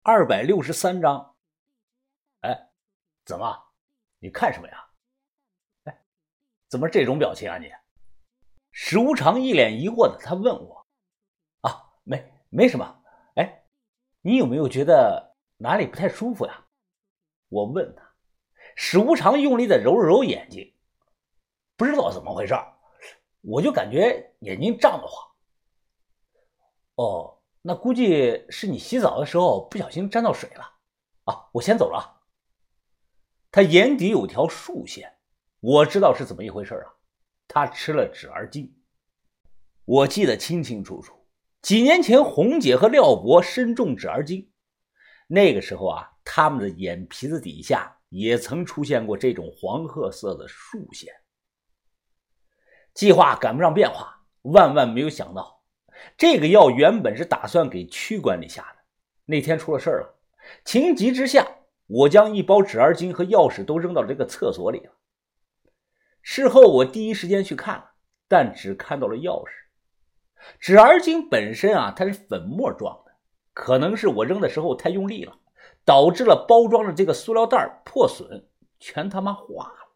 263章。哎，怎么？你看什么呀？哎，怎么这种表情啊你？史无常一脸疑惑的他问我。啊，没什么。哎，你有没有觉得哪里不太舒服呀？我问他。史无常用力的揉了揉眼睛，不知道怎么回事，我就感觉眼睛胀得慌。哦，那估计是你洗澡的时候不小心沾到水了。啊，我先走了。他眼底有条竖线，我知道是怎么一回事啊。他吃了止儿精。我记得清清楚楚，几年前红姐和廖伯身中止儿精，那个时候啊，他们的眼皮子底下也曾出现过这种黄褐色的竖线。计划赶不上变化，万万没有想到，这个药原本是打算给区管理下的。那天出了事了，情急之下，我将一包止儿精和钥匙都扔到这个厕所里了。事后我第一时间去看了，但只看到了钥匙。止儿精本身啊，它是粉末状的，可能是我扔的时候太用力了，导致了包装的这个塑料袋破损，全他妈化了。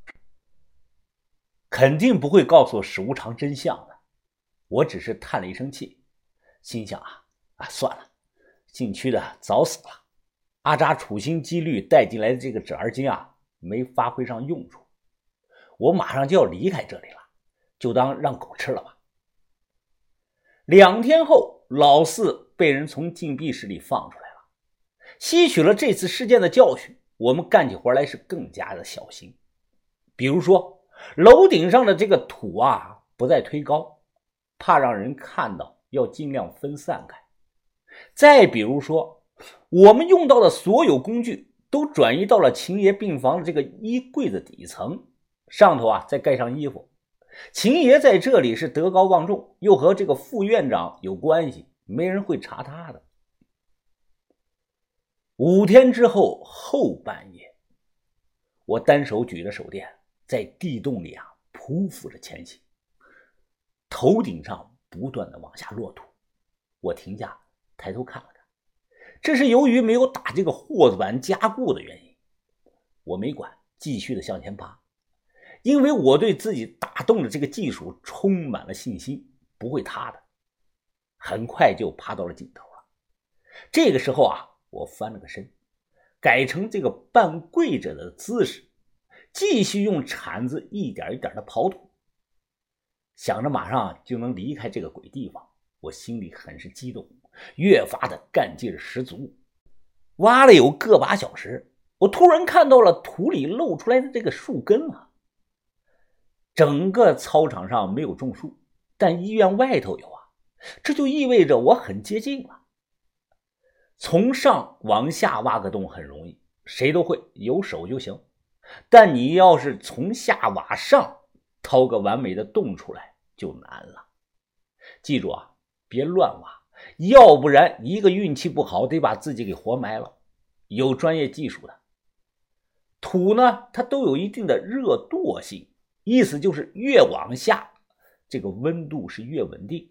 肯定不会告诉史无常真相的。我只是叹了一声气，心想算了，禁区的早死了。阿扎处心积虑带进来的这个止儿精啊，没发挥上用处。我马上就要离开这里了，就当让狗吃了吧。2天后，老四被人从禁闭室里放出来了。吸取了这次事件的教训，我们干起活来是更加的小心。比如说，楼顶上的这个土啊，不再推高，怕让人看到，要尽量分散开。再比如说，我们用到的所有工具都转移到了秦爷病房的这个衣柜的底层，上头啊再盖上衣服。秦爷在这里是德高望重，又和这个副院长有关系，没人会查他的。5天之后后半夜，我单手举着手电，在地洞里匍匐着前行，头顶上不断的往下落土。我停下抬头看了看，这是由于没有打这个货子板加固的原因。我没管，继续的向前爬，因为我对自己打洞的这个技术充满了信心，不会塌的。很快就爬到了尽头了。这个时候我翻了个身，改成这个半跪着的姿势，继续用铲子一点一点的刨土。想着马上就能离开这个鬼地方，我心里很是激动，越发的干劲十足。挖了有个把小时，我突然看到了土里露出来的这个树根了。整个操场上没有种树，但医院外头有这就意味着我很接近了。从上往下挖个洞很容易，谁都会，有手就行。但你要是从下往上掏个完美的洞出来就难了。记住别乱挖，要不然一个运气不好得把自己给活埋了。有专业技术的。土呢，它都有一定的热惰性，意思就是越往下这个温度是越稳定。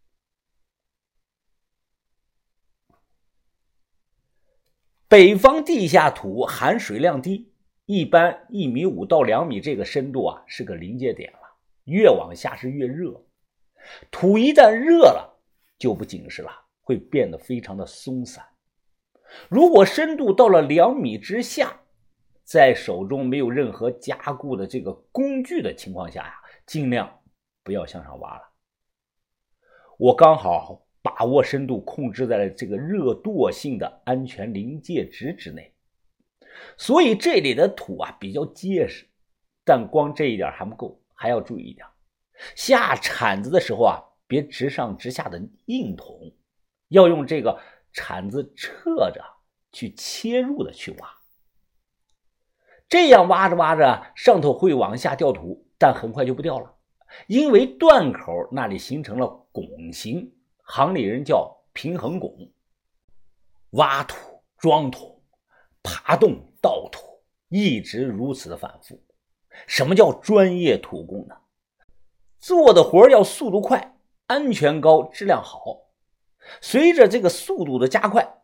北方地下土含水量低，一般1.5米到2米这个深度是个临界点了，越往下是越热。土一旦热了就不紧实了，会变得非常的松散。如果深度到了2米之下，在手中没有任何加固的这个工具的情况下尽量不要向上挖了。我刚好把握深度控制在了这个热惰性的安全临界值之内，所以这里的土比较结实。但光这一点还不够，还要注意一点，下铲子的时候别直上直下的硬捅，要用这个铲子侧着去切入的去挖。这样挖着挖着，上头会往下掉土，但很快就不掉了，因为断口那里形成了拱形，行里人叫平衡拱。挖土、装土、爬洞、倒土，一直如此的反复。什么叫专业土工呢？做的活要速度快，安全高，质量好。随着这个速度的加快，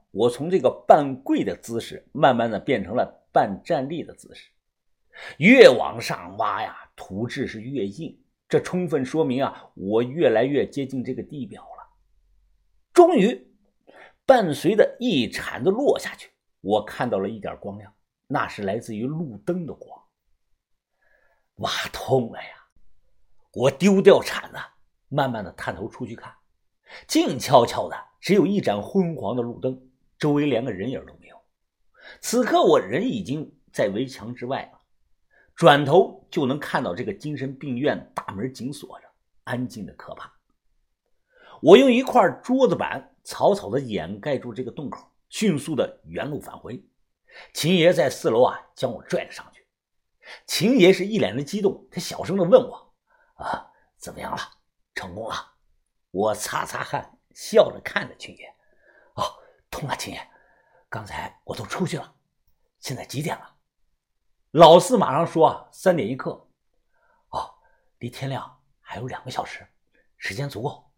我从这个半跪的姿势，慢慢的变成了半站立的姿势。越往上挖呀，土质是越硬，这充分说明啊，我越来越接近这个地表了。终于，伴随着一铲子落下去，我看到了一点光亮，那是来自于路灯的光。挖通了呀！我丢掉铲子，慢慢的探头出去看，静悄悄的，只有一盏昏黄的路灯，周围连个人影都没有。此刻我人已经在围墙之外了，转头就能看到这个精神病院大门紧锁着，安静的可怕。我用一块桌子板草草的掩盖住这个洞口，迅速的原路返回。秦爷在4楼啊，将我拽了上去。秦爷是一脸的激动，他小声的问我：怎么样了？成功了？我擦擦汗，笑着看着秦爷。通了，秦爷，刚才我都出去了。现在几点了？老四马上说3点1刻。离天亮还有2个小时，时间足够。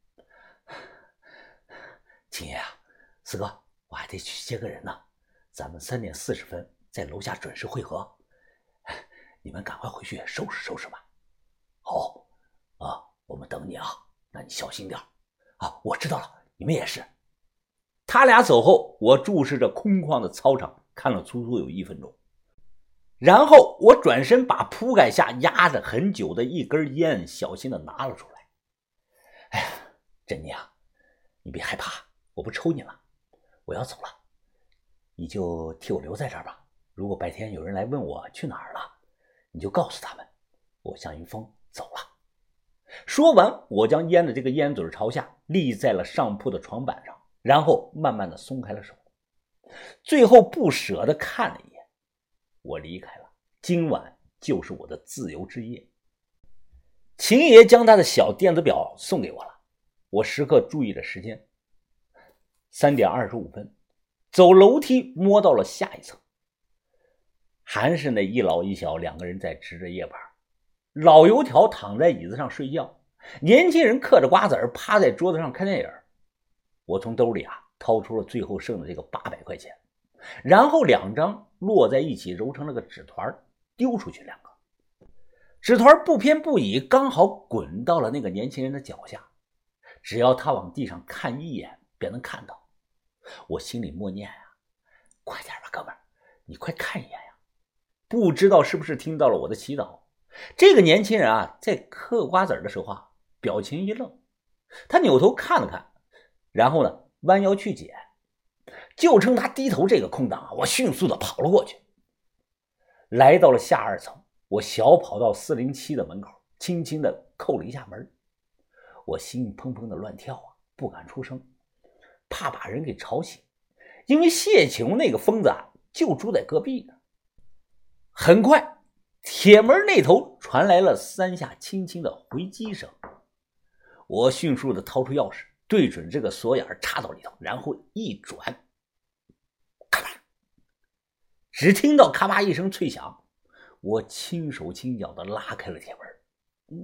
秦爷啊，四哥，我还得去接个人呢，咱们3点40分在楼下准时会合。你们赶快回去收拾收拾吧。好我们等你啊，那你小心点。我知道了，你们也是。他俩走后，我注视着空旷的操场看了足足有1分钟，然后我转身把铺盖下压着很久的一根烟小心的拿了出来。珍妮啊，你别害怕，我不抽你了，我要走了，你就替我留在这儿吧。如果白天有人来问我去哪儿了，你就告诉他们，我向云峰走了。说完，我将烟的这个烟嘴朝下立在了上铺的床板上，然后慢慢的松开了手，最后不舍得看了一眼。我离开了，今晚就是我的自由之夜。秦爷将他的小电子表送给我了，我时刻注意着时间。3点25分，走楼梯摸到了下一层，还是那一老一小2个人在值着夜班。老油条躺在椅子上睡觉，年轻人嗑着瓜子儿趴在桌子上看电影。我从兜里掏出了最后剩的这个800块钱，然后2张摞在一起揉成了个纸团，丢出去2个。纸团不偏不倚，刚好滚到了那个年轻人的脚下，只要他往地上看一眼便能看到。我心里默念快点吧哥们儿，你快看一眼呀。不知道是不是听到了我的祈祷，这个年轻人在嗑瓜子的时候表情一愣，他扭头看了看，然后呢弯腰去捡。就趁他低头这个空档我迅速的跑了过去。来到了下2层，我小跑到407的门口，轻轻的扣了一下门。我心砰砰的乱跳不敢出声，怕把人给吵醒，因为谢琼那个疯子就住在隔壁呢。很快，铁门那头传来了3下轻轻的回击声。我迅速的掏出钥匙，对准这个锁眼插到里头，然后一转，咔吧，只听到咔吧一声脆响，我轻手轻脚的拉开了铁门。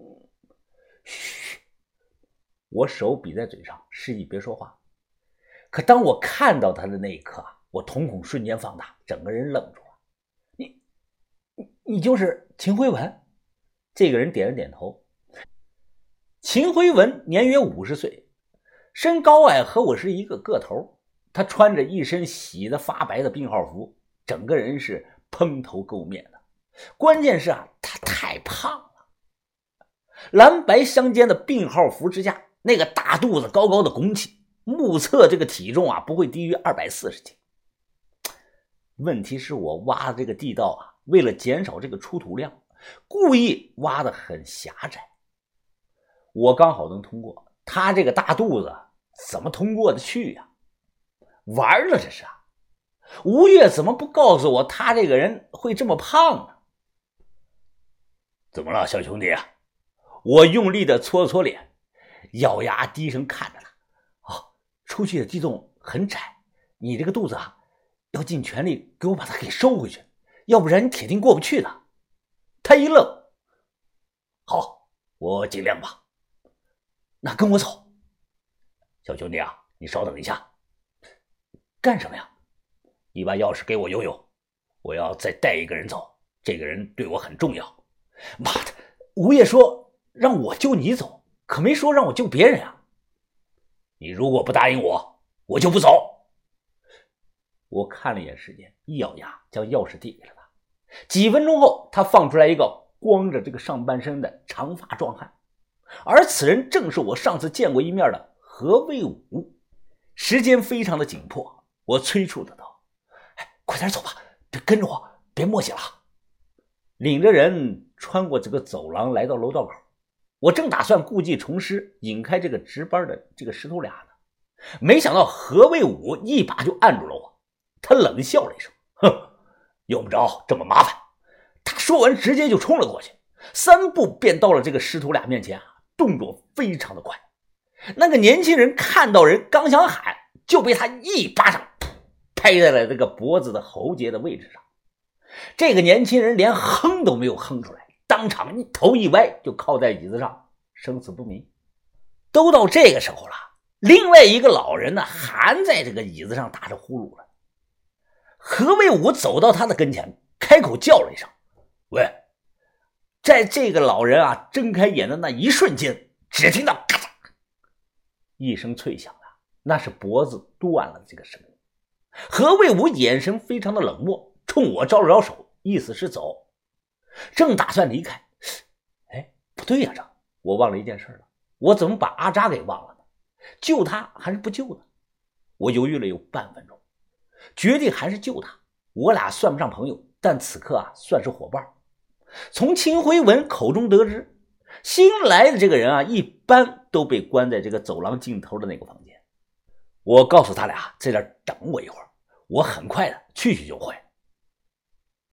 嘘，我手比在嘴上，示意别说话。可当我看到他的那一刻，我瞳孔瞬间放大，整个人愣住了。你就是秦辉文？这个人点了点头。秦辉文年约50岁，身高矮和我是一个个头。他穿着一身洗得发白的病号服，整个人是蓬头垢面的。关键是他太胖了。蓝白相间的病号服之下，那个大肚子高高的拱起，目测这个体重不会低于240斤。问题是我挖的这个地道为了减少这个出土量，故意挖得很狭窄。我刚好能通过，他这个大肚子怎么通过得去呀？玩了这是吴越怎么不告诉我他这个人会这么胖呢？怎么了小兄弟我用力的搓了搓脸，咬牙低声看着他。出去的地洞很窄，你这个肚子要尽全力给我把它给收回去，要不然你铁定过不去的。他一愣，好，我尽量吧。那跟我走。小兄弟你稍等一下。 干什么呀？你把钥匙给我用用，我要再带一个人走，这个人对我很重要。妈的，吴爷说让我救你走，可没说让我救别人啊。你如果不答应我，我就不走。我看了一眼时间，一咬牙将钥匙递给了他。几分钟后，他放出来一个光着这个上半身的长发壮汉，而此人正是我上次见过一面的何卫武。时间非常的紧迫，我催促的道：“快点走吧，别跟着我，别墨迹了。”领着人穿过这个走廊来到楼道口，我正打算故技重施引开这个值班的这个师徒俩呢，没想到何卫武一把就按住了我。他冷笑了一声：“哼，用不着这么麻烦。”他说完直接就冲了过去，3步便到了这个师徒俩面前，动作非常的快。那个年轻人看到人刚想喊，就被他一巴掌拍在了这个脖子的喉结的位置上。这个年轻人连哼都没有哼出来，当场一头一歪就靠在椅子上，生死不明。都到这个时候了，另外一个老人呢还在这个椅子上打着呼噜了。何卫武走到他的跟前，开口叫了一声：“喂！”在这个老人啊睁开眼的那一瞬间，只听到咔嚓一声脆响了，那是脖子断了的这个声音。何卫武眼神非常的冷漠，冲我招了招手，意思是走。正打算离开，不对呀，我忘了一件事了，我怎么把阿扎给忘了呢？救他还是不救呢？我犹豫了有半分钟，决定还是救他。我俩算不上朋友，但此刻啊算是伙伴。从秦辉文口中得知，新来的这个人啊一般都被关在这个走廊尽头的那个房间。我告诉他俩在这等我一会儿，我很快的去就会。